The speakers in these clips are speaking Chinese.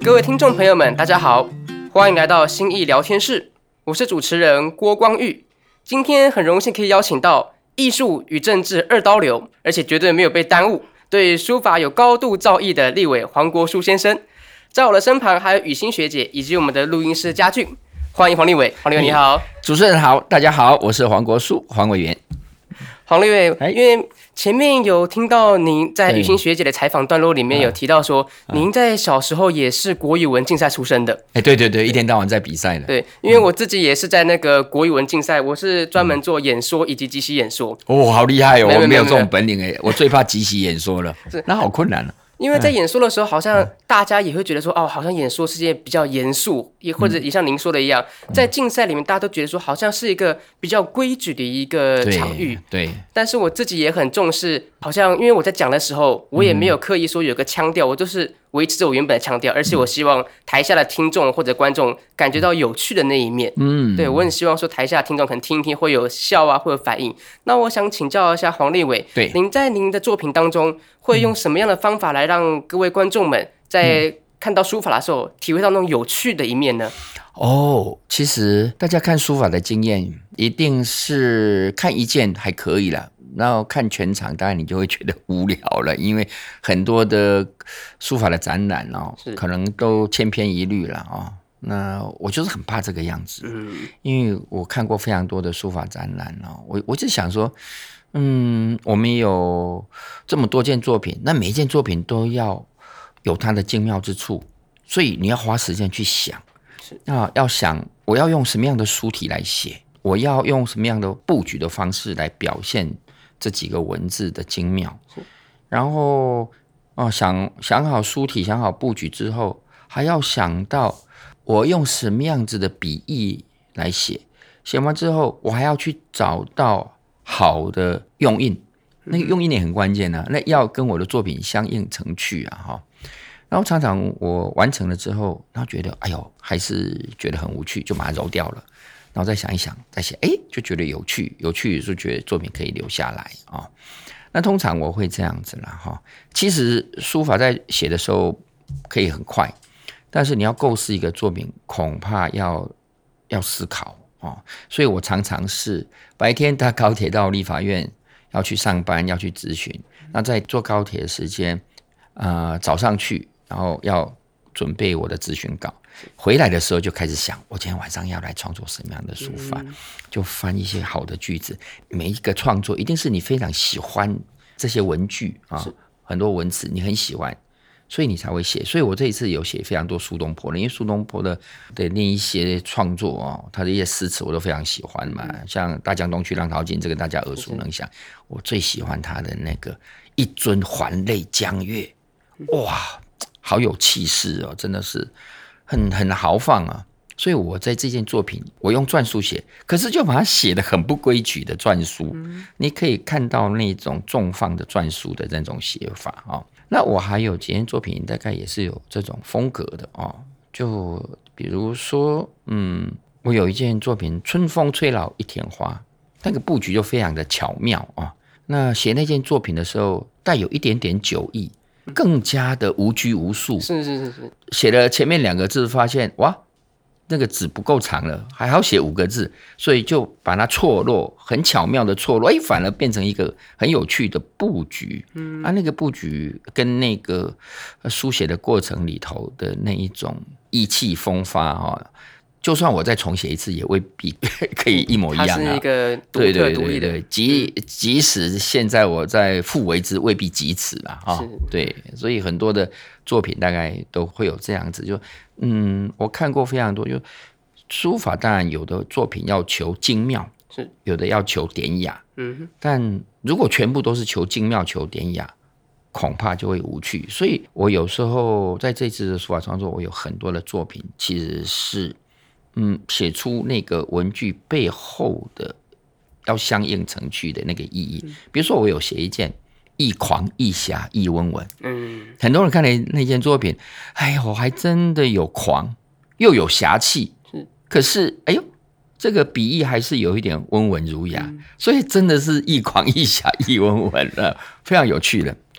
各位听众朋友们，大家好，欢迎来到新意聊天室，我是主持人郭光裕。今天很荣幸可以邀请到艺术与政治二刀流，而且绝对没有被耽误，对书法有高度造诣的立委黄国书先生。在我的身旁还有雨欣学姐以及我们的录音师嘉俊，欢迎黄立委。黄立委你好。 主持人好，大家好，我是黄国书黄委员。 黄立委，因为前面有听到您在雨欣学姐的采访段落里面有提到说，您在小时候也是国语文竞赛出身的。 对对对，一天到晚在比赛的。 对，因为我自己也是在那个国语文竞赛，我是专门做演说以及即席演说。 哦，好厉害哦！我没有这种本领我最怕即席演说了，那好困难了。 因为在演说的时候，好像大家也会觉得说，好像演说是件比较严肃，也或者也像您说的一样，在竞赛里面，大家都觉得说，好像是一个比较规矩的一个场域。 对。 但是我自己也很重视，好像因为我在讲的时候，我也没有刻意说有个腔调，我就是维持着我原本的腔调，而且我希望台下的听众或者观众感觉到有趣的那一面。对，我很希望说台下的听众可能听一听会有笑啊，会有反应。那我想请教一下黄立委，您在您的作品当中会用什么样的方法来让各位观众们在看到书法的时候体会到那种有趣的一面呢？ 其实大家看书法的经验一定是看一件还可以啦，然后看全场当然你就会觉得无聊了，因为很多的书法的展览可能都千篇一律了那我就是很怕这个样子，因为我看过非常多的书法展览我就想说我们有这么多件作品，那每一件作品都要有它的精妙之处，所以你要花时间去想，要想我要用什么样的书体来写，我要用什么样的布局的方式来表现这几个文字的精妙，然后想好书体，想好布局之后，还要想到我用什么样子的笔意来写，写完之后我还要去找到好的用印，那个用印也很关键那要跟我的作品相映成趣然后常常我完成了之后，然后觉得还是觉得很无趣，就把它揉掉了，然后再想一想再写，就觉得有趣就觉得作品可以留下来那通常我会这样子啦其实书法在写的时候可以很快，但是你要构思一个作品恐怕要思考所以我常常是白天搭高铁到立法院要去上班，要去咨询，那在坐高铁的时间早上去，然后要准备我的咨询稿，回来的时候就开始想我今天晚上要来创作什么样的书法，就翻一些好的句子，每一个创作一定是你非常喜欢这些文句很多文词你很喜欢，所以你才会写。所以我这一次有写非常多苏东坡的，因为苏东坡的那一些创作他的一些诗词我都非常喜欢嘛，像大江东去浪淘尽，这个大家耳熟能详。我最喜欢他的那个一尊还酹江月，哇，好有气势真的是很豪放所以我在这件作品我用篆书写，可是就把它写得很不规矩的篆书你可以看到那种纵放的篆书的那种写法那我还有几件作品大概也是有这种风格的就比如说我有一件作品春风吹老一田花，那个布局就非常的巧妙那写那件作品的时候带有一点点酒意，更加的无拘无束， 是写了前面2个字发现哇那个纸不够长了，还好写5个字，所以就把它错落，很巧妙的错落反而变成一个很有趣的布局那个布局跟那个书写的过程里头的那一种意气风发就算我再重写一次也未必可以一模一样它是一个独特独立的， 对，即使现在我在复为之未必及此啦对，所以很多的作品大概都会有这样子，就我看过非常多，就书法当然有的作品要求精妙，有的要求典雅但如果全部都是求精妙求典雅，恐怕就会无趣。所以我有时候在这次的书法创作，我有很多的作品其实是写出那个文句背后的要相映成趣的那个意义比如说我有写一件亦狂亦侠亦温文很多人看了那件作品我还真的有狂又有侠气可是这个笔意还是有一点温文儒雅所以真的是亦狂亦侠亦温文了，非常有趣的。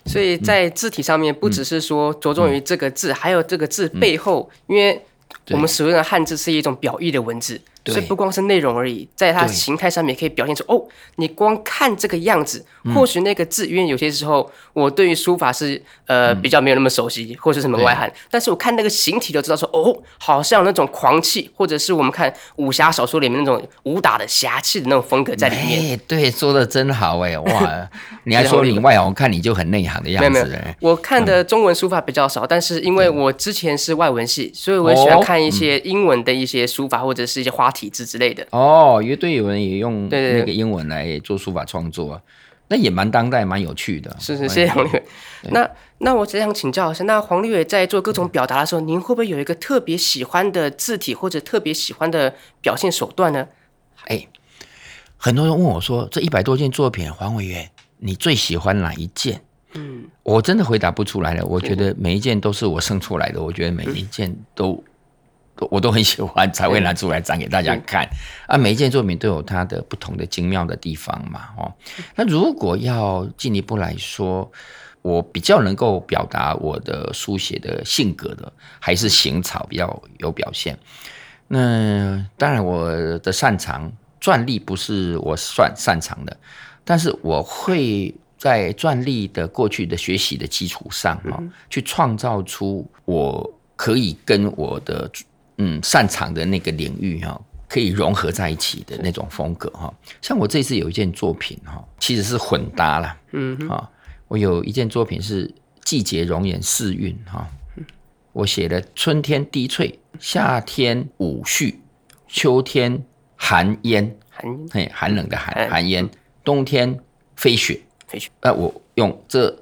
所以在字体上面，不只是说着重于这个字，还有这个字背后，因为我们使用的汉字是一种表意的文字。所以不光是内容而已，在它形态上面也可以表现出你光看这个样子，或许那个字，因为有些时候我对于书法是比较没有那么熟悉，或者是门外汉，但是我看那个形体就知道说好像有那种狂气，或者是我们看武侠小说里面那种武打的侠气的那种风格在里面。 对，说的真好哇！你还说你外行，我看你就很内行的样子。 没有，我看的中文书法比较少，但是因为我之前是外文系，所以我喜欢看一些英文的一些书法或者是一些花体字之类的。 因为对有人也用那个英文来做书法创作啊，那也蛮当代蛮有趣的。 是，谢谢黄立伟。那我只想请教一下，那黄立伟在做各种表达的时候，您会不会有一个特别喜欢的字体或者特别喜欢的表现手段呢？ 很多人问我说，这100多件作品，黄委员你最喜欢哪一件？我真的回答不出来了。我觉得每一件都是我生出来的，我觉得每一件我都很喜欢，才会拿出来展给大家看每一件作品都有它的不同的精妙的地方嘛。那如果要进一步来说，我比较能够表达我的书写的性格的，还是行草比较有表现。那当然，我的擅长篆隶不是我擅长的，但是我会在篆隶的过去的学习的基础上去创造出我可以跟我的擅长的那个领域可以融合在一起的那种风格像我这次有一件作品其实是混搭啦。我有一件作品是季节容颜四韵我写了春天低翠，夏天午序，秋天寒烟，寒冷的寒烟，冬天飞雪。我用这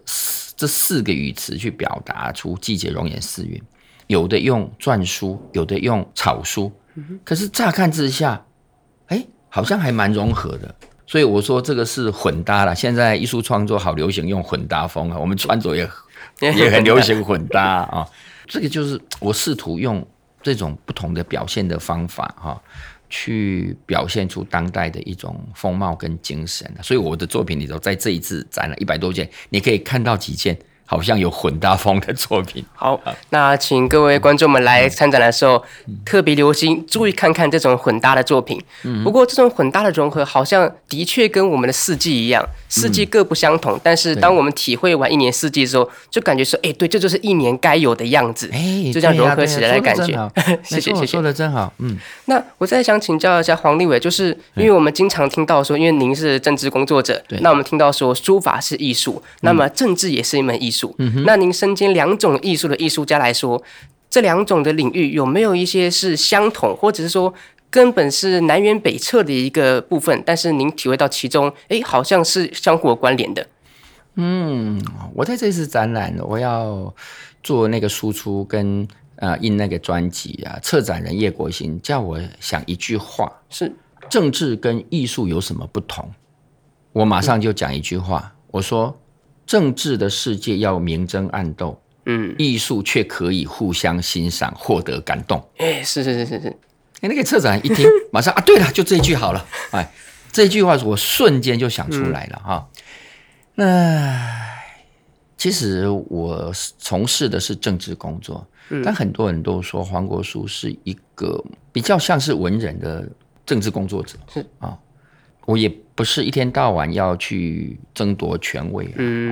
4个语词去表达出季节容颜四韵。有的用篆书，有的用草书，可是乍看之下好像还蛮融合的。所以我说这个是混搭啦。现在艺术创作好流行用混搭风我们穿着也很流行混搭这个就是我试图用这种不同的表现的方法去表现出当代的一种风貌跟精神。所以我的作品里头，在这一次展了100多件，你可以看到几件好像有混搭风的作品。 好，那请各位观众们来参展的时候特别留心注意看看这种混搭的作品。不过这种混搭的融合好像的确跟我们的四季一样，四季各不相同，但是当我们体会完一年四季的时候，就感觉说对，这就是一年该有的样子，就这样融合起来的感觉。谢谢， 说得真好。 那我再想请教一下黄立伟，就是因为我们经常听到说，因为您是政治工作者，那我们听到说书法是艺术，那么政治也是一门艺术。那您身兼2种艺术的艺术家来说，这2种的领域有没有一些是相同，或者是说根本是南辕北辙的一个部分，但是您体会到其中好像是相互有关联的？ 我在这次展览我要做那个输出跟印那个专辑策展人叶国兴叫我想一句话，是政治跟艺术有什么不同？我马上就讲一句话，我说政治的世界要明争暗斗，艺术却可以互相欣赏，获得感动。 是。 那个策展一听，马上对了，就这一句好了。这句话我瞬间就想出来了那其实我从事的是政治工作，但很多人都说黄国书是一个比较像是文人的政治工作者。我也不是一天到晚要去争夺权位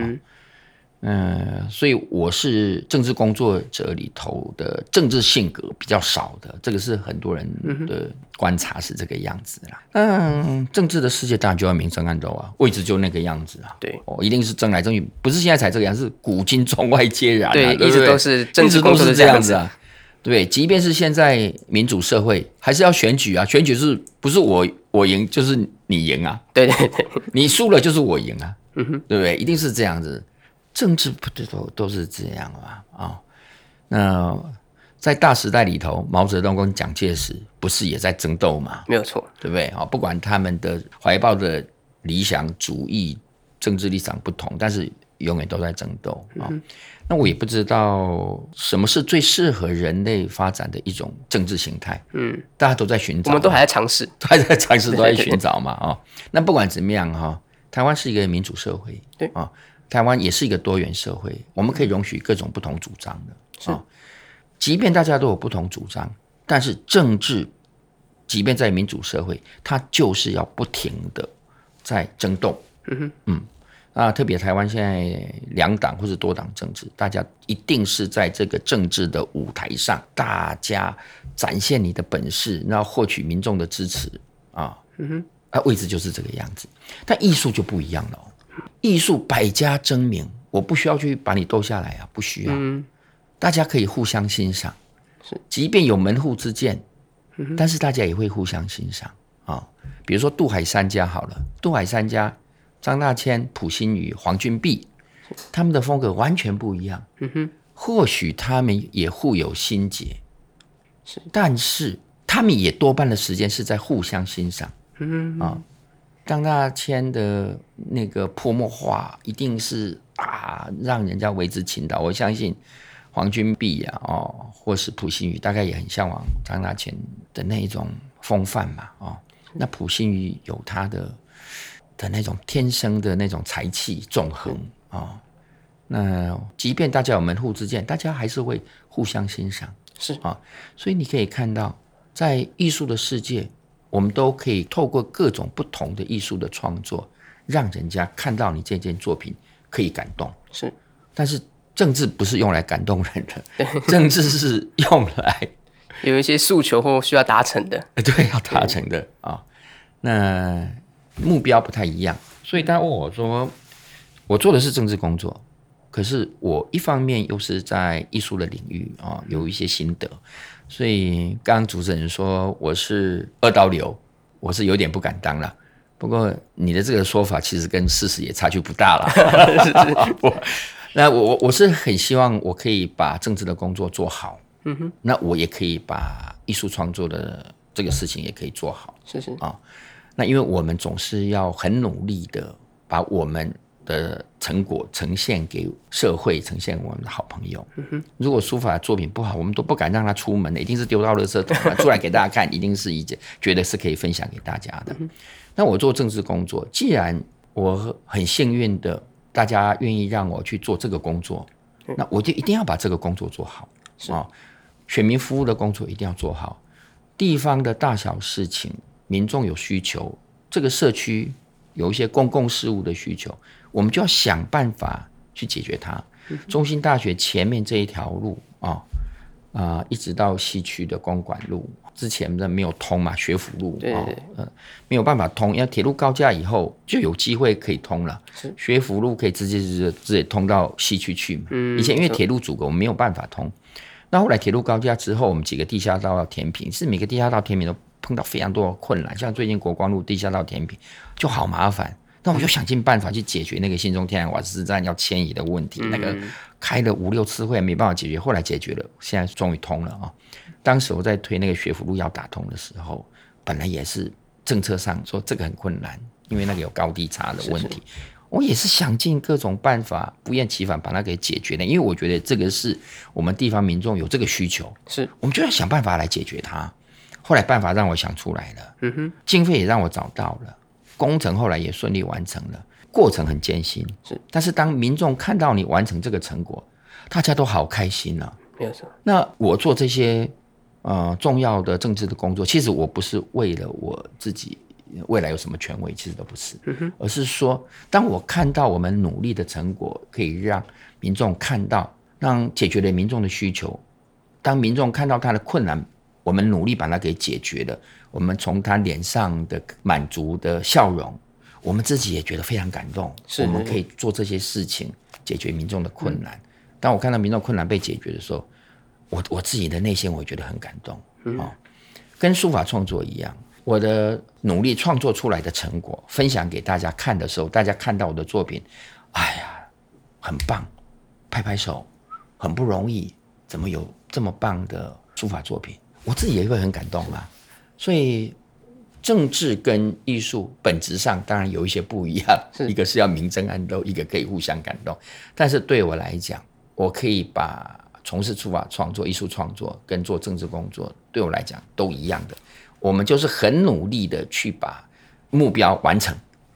所以我是政治工作者里头的政治性格比较少的，这个是很多人的观察是这个样子啦。政治的世界当然就要明争暗斗位置就那个样子对一定是争来争去，不是现在才这个样子，是古今中外皆然对， 对， 一直都是政治工作的这样子对，即便是现在民主社会，还是要选举选举是不是我赢就是你赢对， 你输了就是我赢对不对？一定是这样子。政治不都是这样那在大时代里头，毛泽东跟蒋介石不是也在争斗吗？ 没有错， 对不对？不管他们的怀抱的理想主义、政治立场不同，但是永远都在争斗那我也不知道什么是最适合人类发展的一种政治形态。大家都在寻找， 我们都还在尝试， 都在寻找嘛那不管怎么样台湾是一个民主社会， 对台湾也是一个多元社会，我们可以容许各种不同主张的。即便大家都有不同主张，但是政治即便在民主社会，它就是要不停的在争斗。特别台湾现在两党或是多党政治，大家一定是在这个政治的舞台上，大家展现你的本事，然后获取民众的支持位置就是这个样子。但艺术就不一样了艺术百家争鸣，我不需要去把你斗下来不需要。大家可以互相欣赏，即便有门户之见，但是大家也会互相欣赏比如说杜海三家好了，杜海三家张大千、溥心畬、黄君璧，他们的风格完全不一样。或许他们也互有心结，但是他们也多半的时间是在互相欣赏。张大千的那个泼墨画一定是让人家为之倾倒。我相信黄君璧或是溥心畬大概也很向往张大千的那一种风范嘛。那溥心畬有他的那种天生的那种才气纵横那即便大家有门户之见，大家还是会互相欣赏。所以你可以看到，在艺术的世界，我们都可以透过各种不同的艺术的创作，让人家看到你这件作品可以感动。但是政治不是用来感动人的，政治是用来有一些诉求或需要达成的。 对，要达成的那目标不太一样。所以大家问我说，我做的是政治工作，可是我一方面又是在艺术的领域有一些心得。所以刚刚主持人说我是二刀流，我是有点不敢当了。不过你的这个说法其实跟事实也差距不大了。那我是很希望我可以把政治的工作做好。那我也可以把艺术创作的这个事情也可以做好。那因为我们总是要很努力的把我们的成果呈现给社会，呈现我们的好朋友。如果书法作品不好，我们都不敢让他出门的，一定是丢到垃圾桶出来给大家看，一定是觉得是可以分享给大家的。那我做政治工作，既然我很幸运的大家愿意让我去做这个工作，那我就一定要把这个工作做好。选民服务的工作一定要做好，地方的大小事情，民众有需求，这个社区有一些公共事务的需求，我们就要想办法去解决它。中兴大学前面这一条路一直到西区的公馆路，之前没有通嘛，学府路没有办法通，要铁路高架以后就有机会可以通了。学府路可以直接通到西区去嘛。以前因为铁路阻隔，我们没有办法通。那后来铁路高架之后，我们几个地下道要填平，是每个地下道填平都碰到非常多的困难，像最近国光路地下道填平就好麻烦。那我就想尽办法去解决那个新中天然瓦斯站要迁移的问题，那个开了5-6次会没办法解决，后来解决了，现在终于通了当时我在推那个学府路要打通的时候，本来也是政策上说这个很困难，因为那个有高低差的问题。我也是想尽各种办法，不厌其烦把它给解决的，因为我觉得这个是我们地方民众有这个需求，我们就要想办法来解决它。后来办法让我想出来了，经费也让我找到了，工程后来也顺利完成了，过程很艰辛，但是当民众看到你完成这个成果，大家都好开心啊。 没有错。 那我做这些重要的政治的工作，其实我不是为了我自己未来有什么权威，其实都不是，而是说当我看到我们努力的成果可以让民众看到，让解决了民众的需求，当民众看到他的困难，我们努力把它给解决了，我们从他脸上的满足的笑容，我们自己也觉得非常感动，我们可以做这些事情解决民众的困难。当我看到民众困难被解决的时候，我自己的内心我也觉得很感动。跟书法创作一样，我的努力创作出来的成果分享给大家看的时候，大家看到我的作品，哎呀很棒，拍拍手，很不容易，怎么有这么棒的书法作品，我自己也会很感动嘛。所以政治跟艺术本质上当然有一些不一样，一个是要明争暗斗，一个可以互相感动。但是对我来讲，我可以把从事书法创作、艺术创作跟做政治工作，对我来讲都一样的。我们就是很努力的去把目标完成，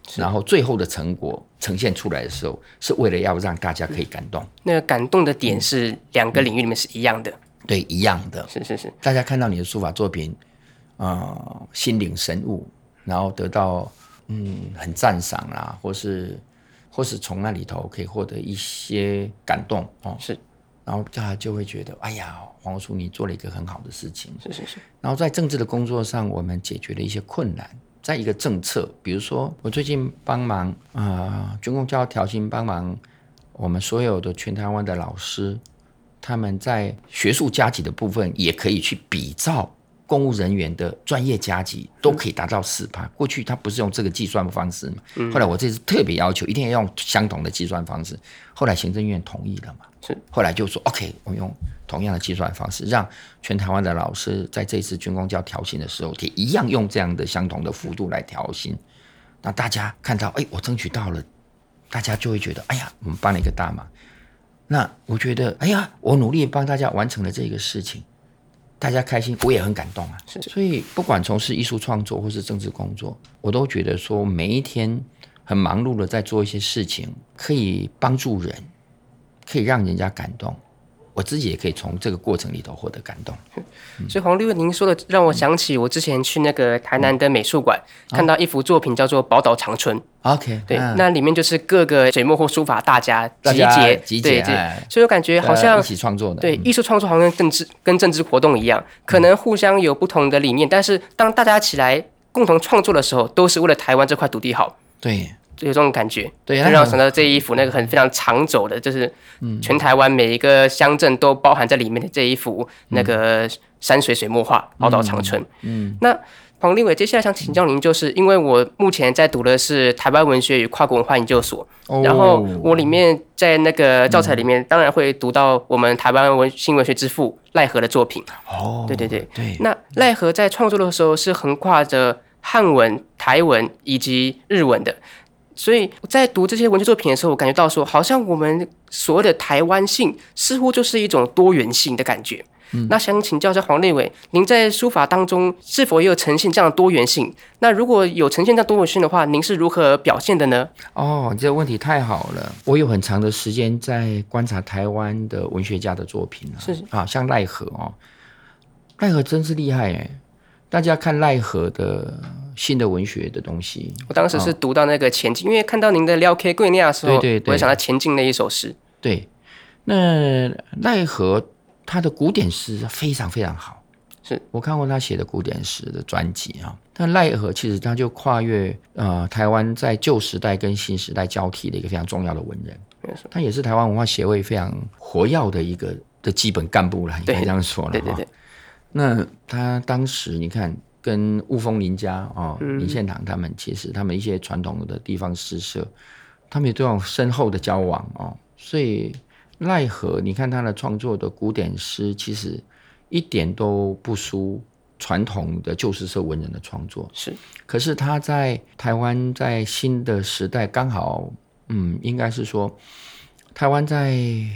然后最后的成果呈现出来的时候，是为了要让大家可以感动。 那个感动的点是两个领域里面是一样的。 对，一样的。 是， 大家看到你的书法作品，心领神悟，然后得到很赞赏啦，或是从那里头可以获得一些感动是。 然后大家就会觉得，哎呀，黄国书你做了一个很好的事情。 是。 然后在政治的工作上，我们解决了一些困难。在一个政策，比如说我最近帮忙军公教调薪，帮忙我们所有的全台湾的老师，他们在学术加级的部分也可以去比照公务人员的专业加级，都可以达到4%。过去他不是用这个计算方式嘛？后来我这次特别要求一定要用相同的计算方式，后来行政院同意了嘛？ 是。 后来就说 OK， 我用同样的计算方式，让全台湾的老师在这次军公教调薪的时候，也一样用这样的相同的幅度来调薪。那大家看到，我争取到了，大家就会觉得，哎呀，我们帮了一个大忙。那我觉得，哎呀，我努力帮大家完成了这个事情，大家开心，我也很感动啊。所以不管从事艺术创作或是政治工作，我都觉得说每一天很忙碌的在做一些事情，可以帮助人，可以让人家感动，我自己也可以从这个过程里头获得感动。 所以黄立卫您说的让我想起我之前去那个台南的美术馆，看到一幅作品叫做《宝岛长春》。 OK， 对，那里面就是各个水墨或书法大家集结，所以我感觉好像一起创作的。 对，艺术创作好像跟政治活动一样，可能互相有不同的理念，但是当大家起来共同创作的时候，都是为了台湾这块土地好。 对， 有这种感觉。 对， 就让我想到这一幅那个非常长轴的，就是全台湾每一个乡镇都包含在里面的这一幅那个山水水墨画《宝岛长春》。那黄立伟，接下来想请教您，就是因为我目前在读的是台湾文学与跨国文化研究所，然后我里面在那个教材里面，当然会读到我们台湾新文学之父赖和的作品。对。那赖和在创作的时候是横跨着汉文、台文以及日文的。所以在读这些文学作品的时候，我感觉到说，好像我们所谓的台湾性，似乎就是一种多元性的感觉。那想请教一下黄立伟，您在书法当中是否也有呈现这样的多元性？那如果有呈现这样多元性的话，您是如何表现的呢？ 这个问题太好了。我有很长的时间在观察台湾的文学家的作品像赖和赖和真是厉害耶。大家看赖和的新的文学的东西， 我当时是读到那个前进，因为看到您的《撩 K 贵尼亚》的时候，对，我会想到前进那一首诗。对， 那赖和他的古典诗非常非常好， 是我看过他写的古典诗的专辑但赖和其实他就跨越台湾在旧时代跟新时代交替的一个非常重要的文人，他也是台湾文化协会非常活跃的一个的基本干部了，你可以这样说了。对。那他当时你看跟雾峰林家林献堂他们，其实他们一些传统的地方诗社，他们也都有深厚的交往所以赖和你看他的创作的古典诗，其实一点都不输传统的旧诗社文人的创作。 是， 可是他在台湾在新的时代刚好应该是说台湾在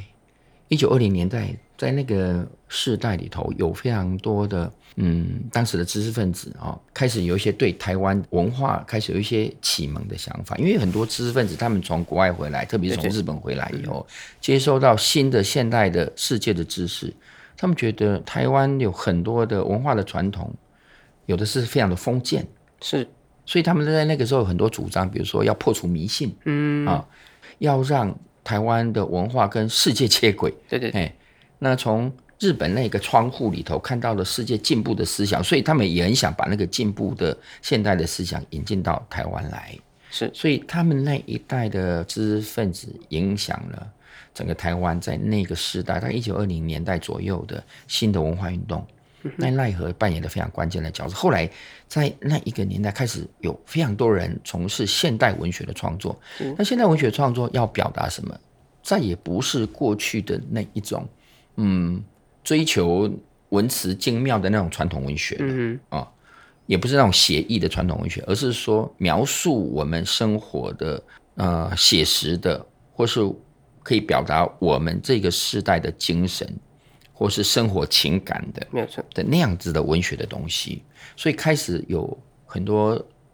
1920年代在那个世代里头有非常多的当时的知识分子开始有一些对台湾文化开始有一些启蒙的想法，因为很多知识分子他们从国外回来，特别是从日本回来以后，接收到新的现代的世界的知识，他们觉得台湾有很多的文化的传统，有的是非常的封建， 是， 所以他们在那个时候有很多主张，比如说要破除迷信，要让台湾的文化跟世界接轨。对，那从日本那个窗户里头看到了世界进步的思想，所以他们也很想把那个进步的现代的思想引进到台湾来。 是， 所以他们那一代的知识分子影响了整个台湾在那个时代，在1920年代左右的新的文化运动。那赖和扮演了非常关键的角色。后来在那一个年代开始有非常多人从事现代文学的创作。那现代文学创作要表达什么？再也不是过去的那一种追求文辞精妙的那种传统文学了也不是那种写意的传统文学，而是说描述我们生活的写实的，或是可以表达我们这个时代的精神，或是生活情感的， 没有错的那样子的文学的东西。所以开始有很多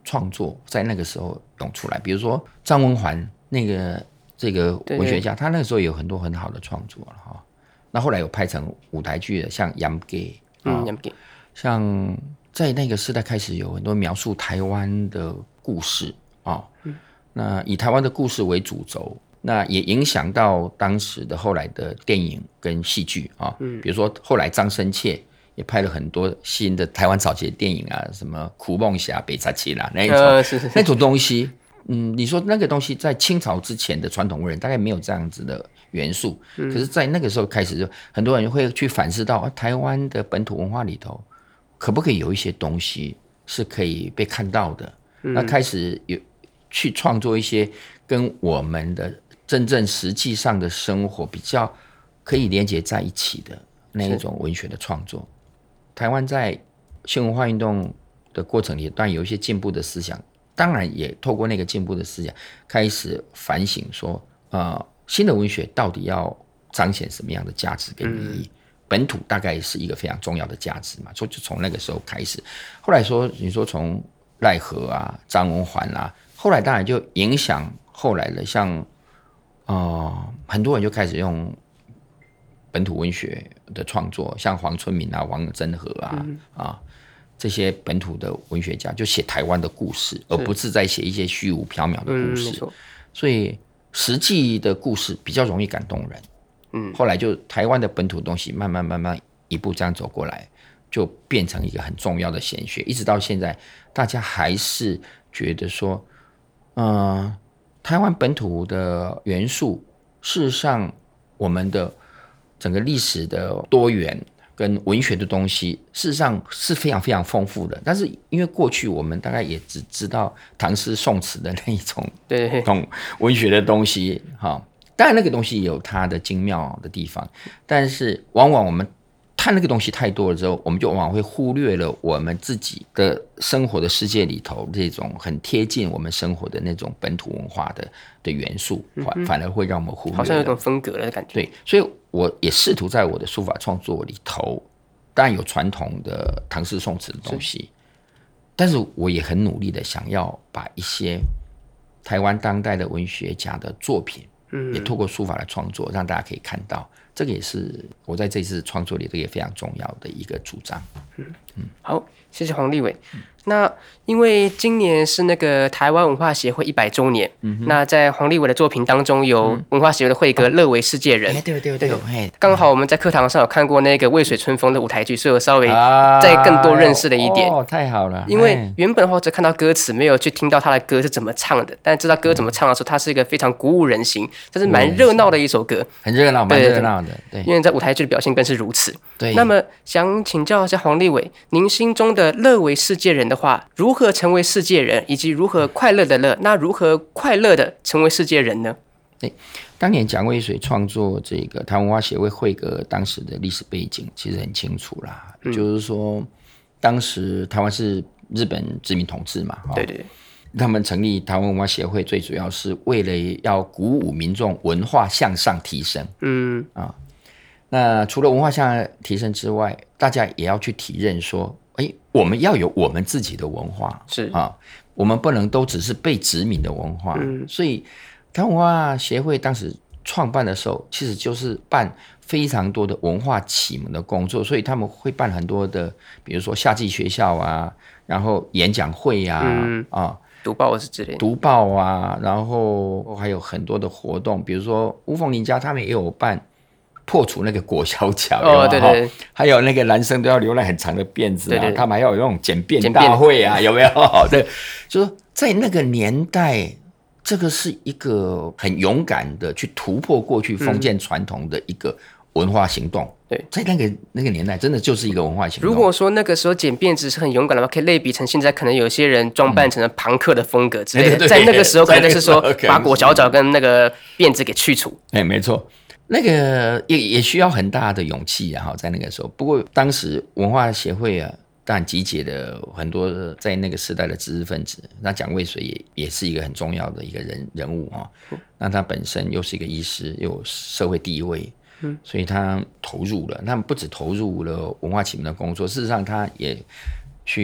创作在那个时候涌出来，比如说张文环这个文学家，他那个时候有很多很好的创作了哈。那后来有拍成舞台剧的，像《Yam Gay》像在那个时代开始有很多描述台湾的故事啊。那以台湾的故事为主轴，那也影响到当时的后来的电影跟戏剧啊。比如说后来张深切也拍了很多新的台湾早期的电影啊，什么苦梦侠、北茶七啦那一种，那种东西。你说那个东西在清朝之前的传统文人大概没有这样子的元素，可是在那个时候开始，就很多人会去反思到，台湾的本土文化里头可不可以有一些东西是可以被看到的。那开始有去创作一些跟我们的真正实际上的生活比较可以连接在一起的那一种文学的创作。台湾在新文化运动的过程里，当然有一些进步的思想，当然也透过那个进步的思想开始反省说，新的文学到底要彰显什么样的价值跟意义。本土大概是一个非常重要的价值嘛，所以就从那个时候开始。后来说你说从赖和啊、张文环啊，后来当然就影响后来的像很多人就开始用本土文学的创作，像黄春明啊、王真和啊，这些本土的文学家就写台湾的故事，而不是在写一些虚无缥缈的故事。所以实际的故事比较容易感动人。后来就台湾的本土东西慢慢一步这样走过来，就变成一个很重要的显学，一直到现在大家还是觉得说台湾本土的元素，事实上我们的整个历史的多元跟文学的东西事实上是非常非常丰富的，但是因为过去我们大概也只知道唐诗宋词的那一种文学的东西当然那个东西有它的精妙的地方，但是往往我们看那个东西太多了之后，我们就往往会忽略了我们自己的生活的世界里头这种很贴近我们生活的那种本土文化的元素，反而会让我们忽略了， 好像有种分隔的感觉。 对，所以我也试图在我的书法创作里头，当然有传统的唐诗宋词的东西，但是我也很努力的想要把一些台湾当代的文学家的作品也透过书法的创作让大家可以看到，这个也是我在这次创作里这个也非常重要的一个主张。 好，谢谢黄立伟。那因为今年是那个台湾文化协会100周年，那在黄立伟的作品当中有文化协会的会歌《乐为世界人》， 对， 刚好我们在课堂上有看过那个渭水春风的舞台剧，所以我稍微再更多认识了一点。 太好了！ 因为原本的话我只看到歌词，没有去听到他的歌是怎么唱的，但知道歌怎么唱的时候，它是一个非常鼓舞人心，这是蛮热闹的一首歌， 很热闹，蛮热闹的。对， 因为在舞台剧的表现更是如此。 对， 那么想请教一下黄立伟，您心中的乐为世界人的话，如何成为世界人，以及如何快乐的乐？那如何快乐的成为世界人呢？ 当年蒋渭水创作这个台湾文化协会会歌当时的历史背景其实很清楚啦，就是说当时台湾是日本殖民统治嘛， 对， 他们成立台湾文化协会最主要是为了要鼓舞民众文化向上提升。那除了文化向上提升之外，大家也要去体认说，我们要有我们自己的文化，我们不能都只是被殖民的文化。所以台湾文化协会当时创办的时候，其实就是办非常多的文化启蒙的工作，所以他们会办很多的，比如说夏季学校啊，然后演讲会啊， 读报是之类的， 读报啊，然后还有很多的活动，比如说吴凤林家他们也有办破除那个裹小脚，对，还有那个男生都要留了很长的辫子啊，他们还要有那种剪辫大会啊，有没有？对，就是说在那个年代，这个是一个很勇敢的去突破过去封建传统的一个文化行动。对，在那个年代，真的就是一个文化行动。 如果说那个时候剪辫子是很勇敢的话，可以类比成现在可能有些人装扮成了朋克的风格之类的，在那个时候可能是说把裹小脚跟那个辫子给去除。 没错。那个也需要很大的勇气在那个时候。不过当时文化协会当然集结了很多在那个时代的知识分子。那蒋渭水也是一个很重要的一个人物那他本身又是一个医师，又有社会地位，所以他投入了。他不只投入了文化启蒙的工作，事实上他也去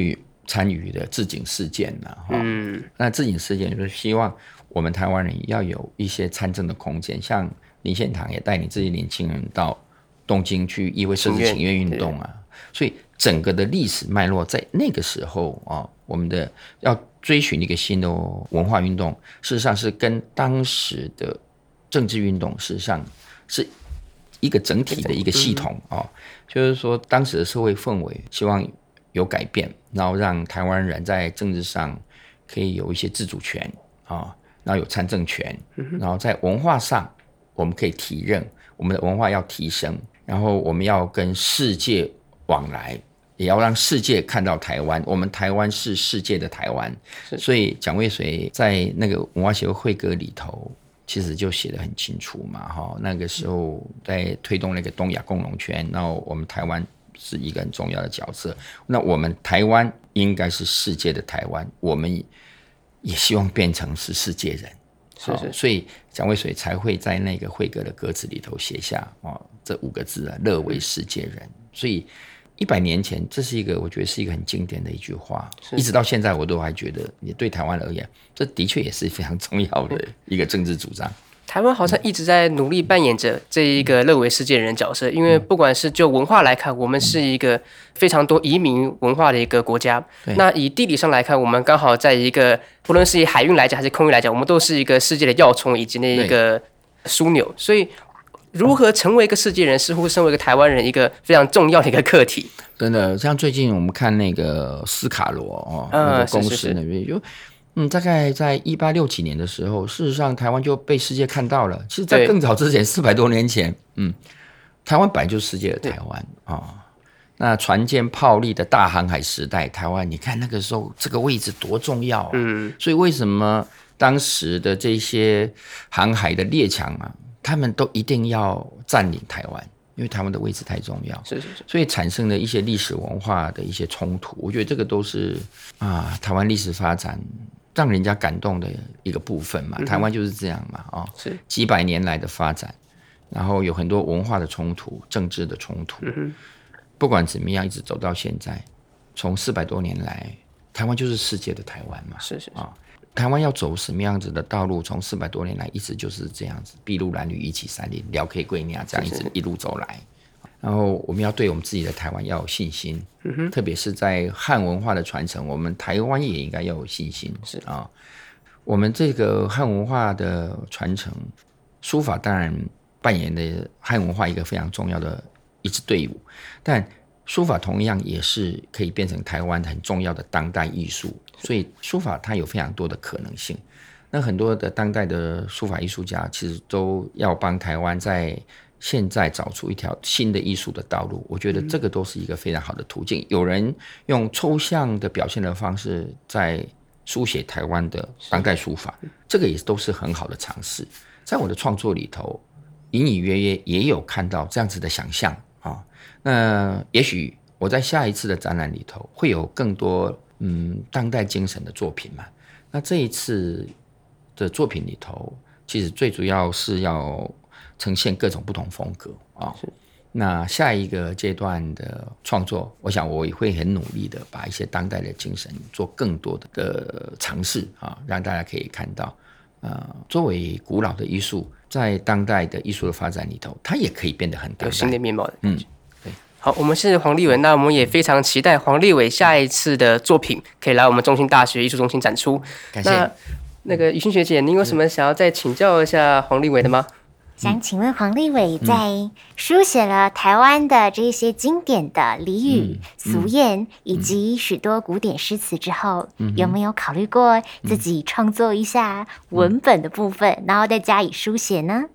参与的治警事件那治警事件就是希望我们台湾人要有一些参政的空间，像林献堂也带领这些年轻人到东京去议会设置请愿运动所以整个的历史脉络在那个时候我们的要追寻一个新的文化运动，事实上是跟当时的政治运动事实上是一个整体的一个系统就是说当时的社会氛围希望有改变，然后让台湾人在政治上可以有一些自主权然后有参政权，然后在文化上我们可以提认，我们的文化要提升，然后我们要跟世界往来，也要让世界看到台湾，我们台湾是世界的台湾。所以蒋渭水在那个文化协会会歌里头其实就写得很清楚嘛那个时候在推动那个东亚共荣圈，然后我们台湾是一个很重要的角色，那我们台湾应该是世界的台湾，我们也希望变成是世界人，所以蒋渭水才会在那个会歌的歌词里头写下这5个字乐为世界人。所以100年前这是一个我觉得是一个很经典的一句话，一直到现在我都还觉得也对台湾而言这的确也是非常重要的一个政治主张。 台湾好像一直在努力扮演着这一个乐为世界人的角色，因为不管是就文化来看，我们是一个非常多移民文化的一个国家，那以地理上来看，我们刚好在一个不论是以海运来讲还是空运来讲，我们都是一个世界的要冲以及那一个枢纽，所以如何成为一个世界人似乎身为一个台湾人一个非常重要的一个课题。 真的像最近我们看那个斯卡罗那个公司那边就大概在1860几年的时候，事实上台湾就被世界看到了。其实在更早之前400多年前台湾本来就是世界的台湾那船坚炮利的大航海时代，台湾你看那个时候这个位置多重要所以为什么当时的这些航海的列强他们都一定要占领台湾，因为台湾的位置太重要，所以产生了一些历史文化的一些冲突。我觉得这个都是台湾历史发展让人家感动的一个部分嘛。台湾就是这样嘛几百年来的发展，然后有很多文化的冲突、政治的冲突，不管怎么样，一直走到现在，从400多年来，台湾就是世界的台湾嘛。台湾要走什么样子的道路？从400多年来一直就是这样子，筚路蓝缕，一起山林，辽 K 贵娘，这样一路走来。然后我们要对我们自己的台湾要有信心，特别是在汉文化的传承，我们台湾也应该要有信心。我们这个汉文化的传承，书法当然扮演的汉文化一个非常重要的一支队伍，但书法同样也是可以变成台湾很重要的当代艺术，所以书法它有非常多的可能性。那很多的当代的书法艺术家其实都要帮台湾在现在找出一条新的艺术的道路，我觉得这个都是一个非常好的途径。有人用抽象的表现的方式在书写台湾的当代书法，这个也都是很好的尝试。在我的创作里头隐隐约约也有看到这样子的想象那也许我在下一次的展览里头会有更多当代精神的作品嘛。那这一次的作品里头其实最主要是要呈现各种不同风格那下一个阶段的创作，我想我也会很努力的把一些当代的精神做更多的尝试让大家可以看到作为古老的艺术在当代的艺术的发展里头，它也可感觉很当代， 有新的面貌的感觉好，我们是黄立伟，那我们也非常期待黄立伟下一次的作品可以来我们中兴大学艺术中心展出。 感谢。 那个雨欣学姐，您有什么想要再请教一下黄立伟的吗？ 想请问黄立伟在书写了台湾的这些经典的俚语、俗谚以及许多古典诗词之后，有没有考虑过自己创作一下文本的部分，然后再加以书写呢？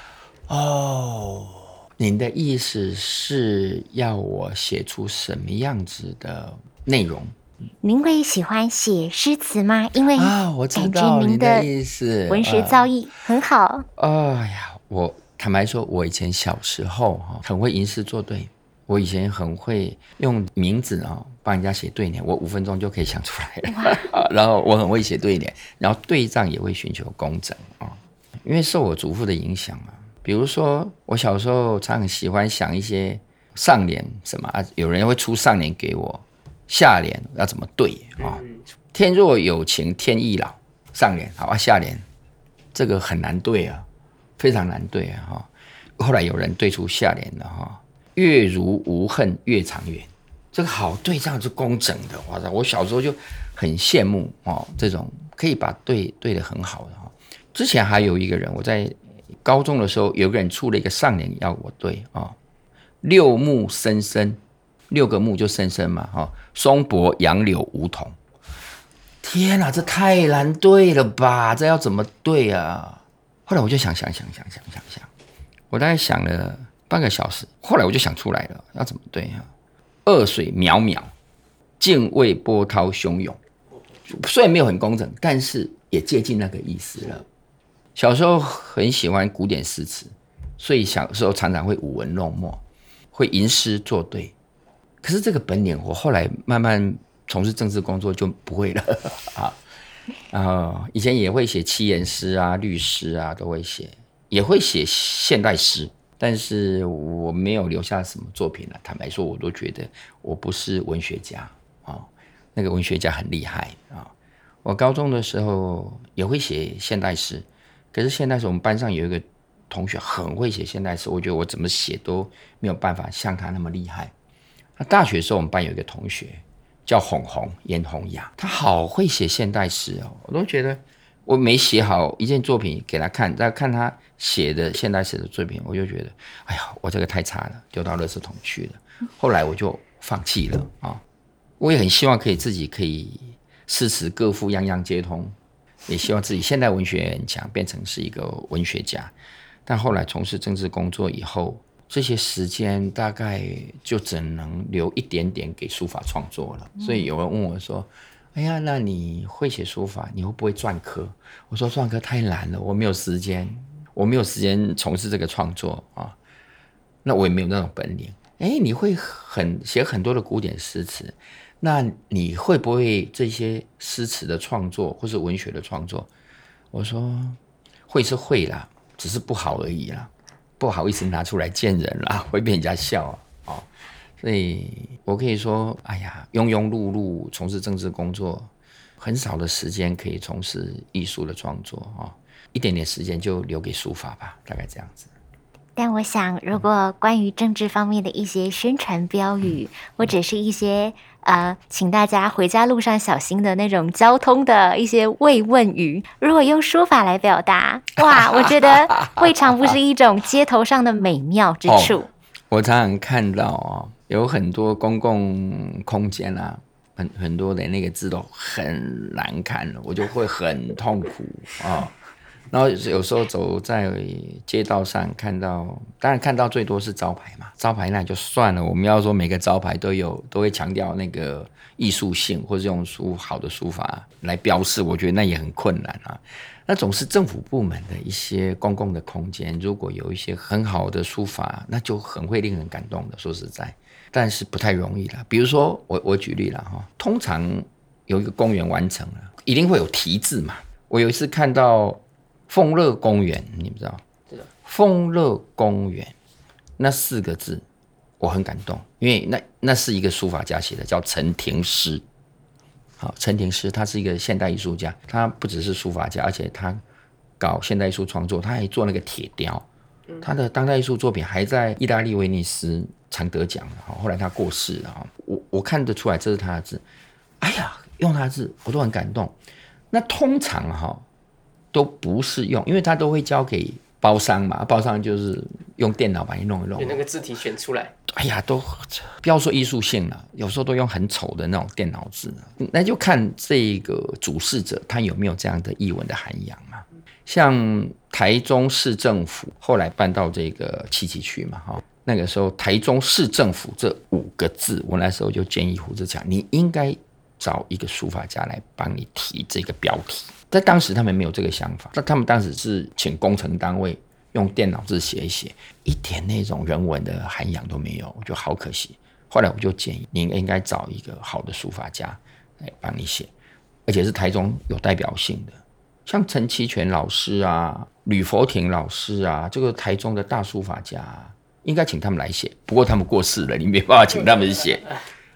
您的意思是要我写出什么样子的内容？ 您会喜欢写诗词吗？因为我知道您的意思， 文学造诣很好。 我坦白说，我以前小时候很会吟诗作对，我以前很会用名字帮人家写对联，我5分钟就可以想出来了然后我很会写对联，然后对仗也会寻求工整因为受我祖父的影响比如说我小时候常很喜欢想一些上联什么有人会出上联给我， 下联要怎么对啊？天若有情天亦老，上联好啊，下联这个很难对啊，非常难对啊哈。后来有人对出下联了哈，月如无恨月长圆，这个好对，这样是工整的。哇塞，我小时候就很羡慕哦，这种可以把对得很好的哈。之前还有一个人，我在高中的时候，有个人出了一个上联要我对啊，六木深深，六个木就深深嘛哈，松柏杨柳梧桐。天哪，这太难对了吧？这要怎么对啊？后来我就想，我大概想了半个小时，后来我就想出来了，要怎么对啊？二水渺渺，泾渭波涛汹涌。虽然没有很工整，但是也接近那个意思了。小时候很喜欢古典诗词，所以小时候常常会舞文弄墨，会吟诗作对。可是这个本领，我后来慢慢从事政治工作就不会了啊。以前也会写七言诗啊、律诗啊，都会写，也会写现代诗，但是我没有留下什么作品了。坦白说，我都觉得我不是文学家啊。那个文学家很厉害啊。我高中的时候也会写现代诗，可是现代诗我们班上有一个同学很会写现代诗，我觉得我怎么写都没有办法像他那么厉害。那大学的时候我们班有一个同学叫红红颜红雅，他好会写现代诗哦，我都觉得我每写好一件作品给他看，再看他写的现代诗的作品，我就觉得哎呀，我这个太差了，丢到垃圾桶去了。后来我就放弃了啊。我也很希望自己可以诗词歌赋样样皆通，也希望自己现代文学很强，变成是一个文学家。但后来从事政治工作以后，这些时间大概就只能留一点点给书法创作了。所以有人问我说：“哎呀，那你会写书法，你会不会篆刻？”我说：“篆刻太难了，我没有时间从事这个创作啊。那我也没有那种本领。你会写很多的古典诗词。”那你会不会这些诗词的创作或是文学的创作？我说会是会啦，只是不好而已啦，不好意思拿出来见人啦，会被人家笑啊。所以我可以说，哎呀，庸庸碌碌从事政治工作，很少的时间可以从事艺术的创作啊，一点点时间就留给书法吧，大概这样子。 但我想，如果关于政治方面的一些宣传标语，或者是一些请大家回家路上小心的那种交通的一些慰问语，如果用书法来表达，哇，我觉得未尝不是一种街头上的美妙之处。 我常常看到有很多公共空间啊，很多的那个字都很难看，我就会很痛苦啊。然后有时候走在街道上看到，当然看到最多是招牌嘛，招牌那就算了。我们要说每个招牌都会强调那个艺术性，或是用好的书法来标示，我觉得那也很困难啊。那总是政府部门的一些公共的空间，如果有一些很好的书法，那就很会令人感动的。说实在，但是不太容易啦。比如说我举例啦哈，通常有一个公园完成了，一定会有题字嘛。我有一次看到丰乐公园，你不知道？丰乐公园那4个字，我很感动，因为那是一个书法家写的，叫陈廷师。好，陈廷师他是一个现代艺术家，他不只是书法家，而且他搞现代艺术创作，他还做那个铁雕。他的当代艺术作品还在意大利威尼斯常得奖了，后来他过世了。我看得出来这是他的字，哎呀，用他的字我都很感动。那通常都不是用，因为他都会交给包商嘛，包商就是用电脑把你弄一弄， 有那个字体选出来。 哎呀，都不要说艺术性了，有时候都用很丑的那种电脑字，那就看这个主事者他有没有这样的艺文的涵养嘛。像台中市政府后来搬到这个七期区嘛，那个时候台中市政府这5个字，我那时候就建议胡志强，你应该找一个书法家来帮你提这个标题。在当时他们没有这个想法，他们当时是请工程单位用电脑字写一写，一点那种人文的涵养都没有，我觉得好可惜。后来我就建议你应该找一个好的书法家来帮你写，而且是台中有代表性的，像陈其全老师啊、吕佛庭老师啊，这个台中的大书法家应该请他们来写。不过他们过世了，你没办法请他们写。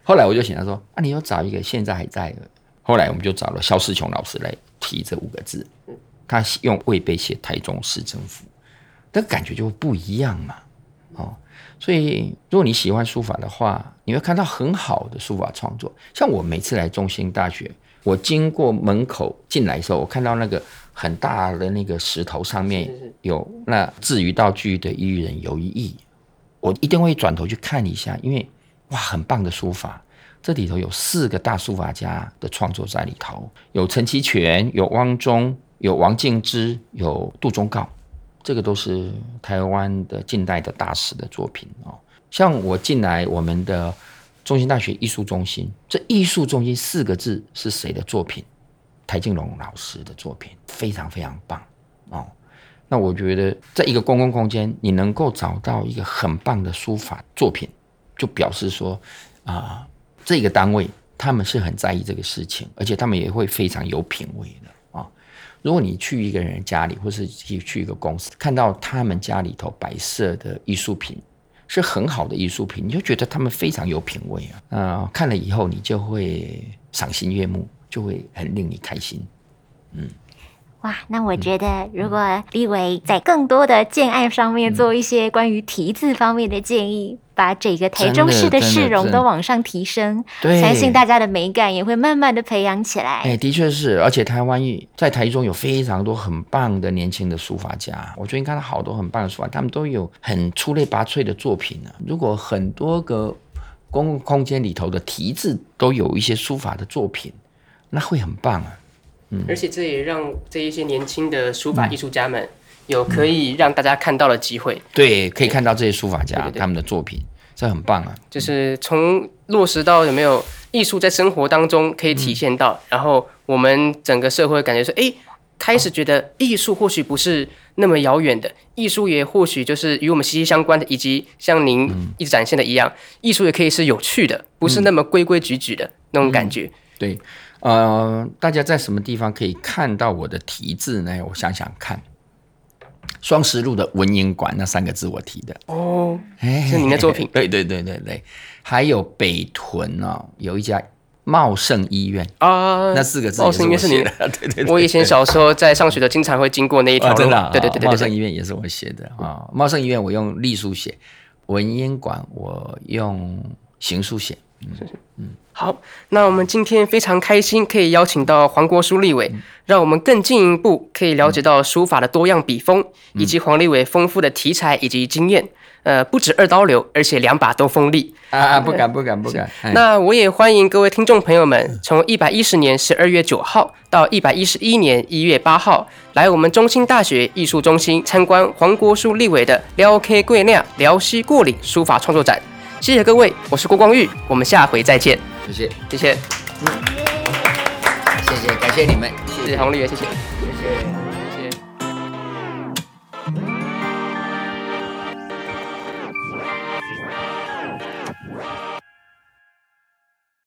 后来我就请他说啊，你要找一个现在还在的。后来我们就找了萧世琼老师来提这5个字，他用魏碑写台中市政府，那感觉就不一样嘛。所以如果你喜欢书法的话，你会看到很好的书法创作。像我每次来中兴大学，我经过门口进来的时候，我看到那个很大的那个石头上面有那至于道具的一人有一意，我一定会转头去看一下，因为哇，很棒的书法，这里头有4个大书法家的创作在里头，有陈其全，有汪中，有王敬之，有杜忠诰，这个都是台湾的近代的大师的作品。像我进来我们的中兴大学艺术中心，这艺术中心4个字是谁的作品？台静龙老师的作品，非常非常棒。那我觉得在一个公共空间，你能够找到一个很棒的书法作品，就表示说这个单位他们是很在意这个事情，而且他们也会非常有品味的。如果你去一个人家里，或是去一个公司，看到他们家里头摆设的艺术品是很好的艺术品，你就觉得他们非常有品味看了以后你就会赏心悦目，就会很令你开心。 哇，那我觉得如果立委在更多的建案上面做一些关于题字方面的建议，把这个台中市的市容都往上提升，相信大家的美感也会慢慢的培养起来。 的确是，而且台湾在台中有非常多很棒的年轻的书法家，我最近看到好多很棒的书法，他们都有很出类拔萃的作品。如果很多个公共空间里头的题字都有一些书法的作品，那会很棒。 而且这也让这一些年轻的书法艺术家们有可以让大家看到的机会。 对，可以看到这些书法家他们的作品，这很棒啊！ 就是从落实到有没有艺术在生活当中可以体现到，然后我们整个社会感觉说，开始觉得艺术或许不是那么遥远的，艺术也或许就是与我们息息相关的，以及像您一直展现的一样，艺术也可以是有趣的，不是那么规规矩矩的那种感觉。 对。大家在什么地方可以看到我的题字呢？我想想看，双十路的文英馆那3个字我提的是您的作品。 对，还有北屯有一家茂盛医院那4个字也是我写的。对， 我以前小时候在上学的，经常会经过那一条路。 真的对， 茂盛医院也是我写的茂盛医院我用隶书写，文英馆我用行书写。 好，那我们今天非常开心可以邀请到黄国书立委，让我们更进一步可以了解到书法的多样笔锋，以及黄立委丰富的题材以及经验。不止2刀流，而且2把都锋利。 不敢。 那我也欢迎各位听众朋友们，从110年12月9号到111年1月8号，来我们中兴大学艺术中心参观黄国书立委的撩 K 贵亮辽西过岭书法创作展。谢谢各位，我是郭光裕，我们下回再见。 谢谢， 谢谢， 感谢你们， 谢谢黄立委，谢谢。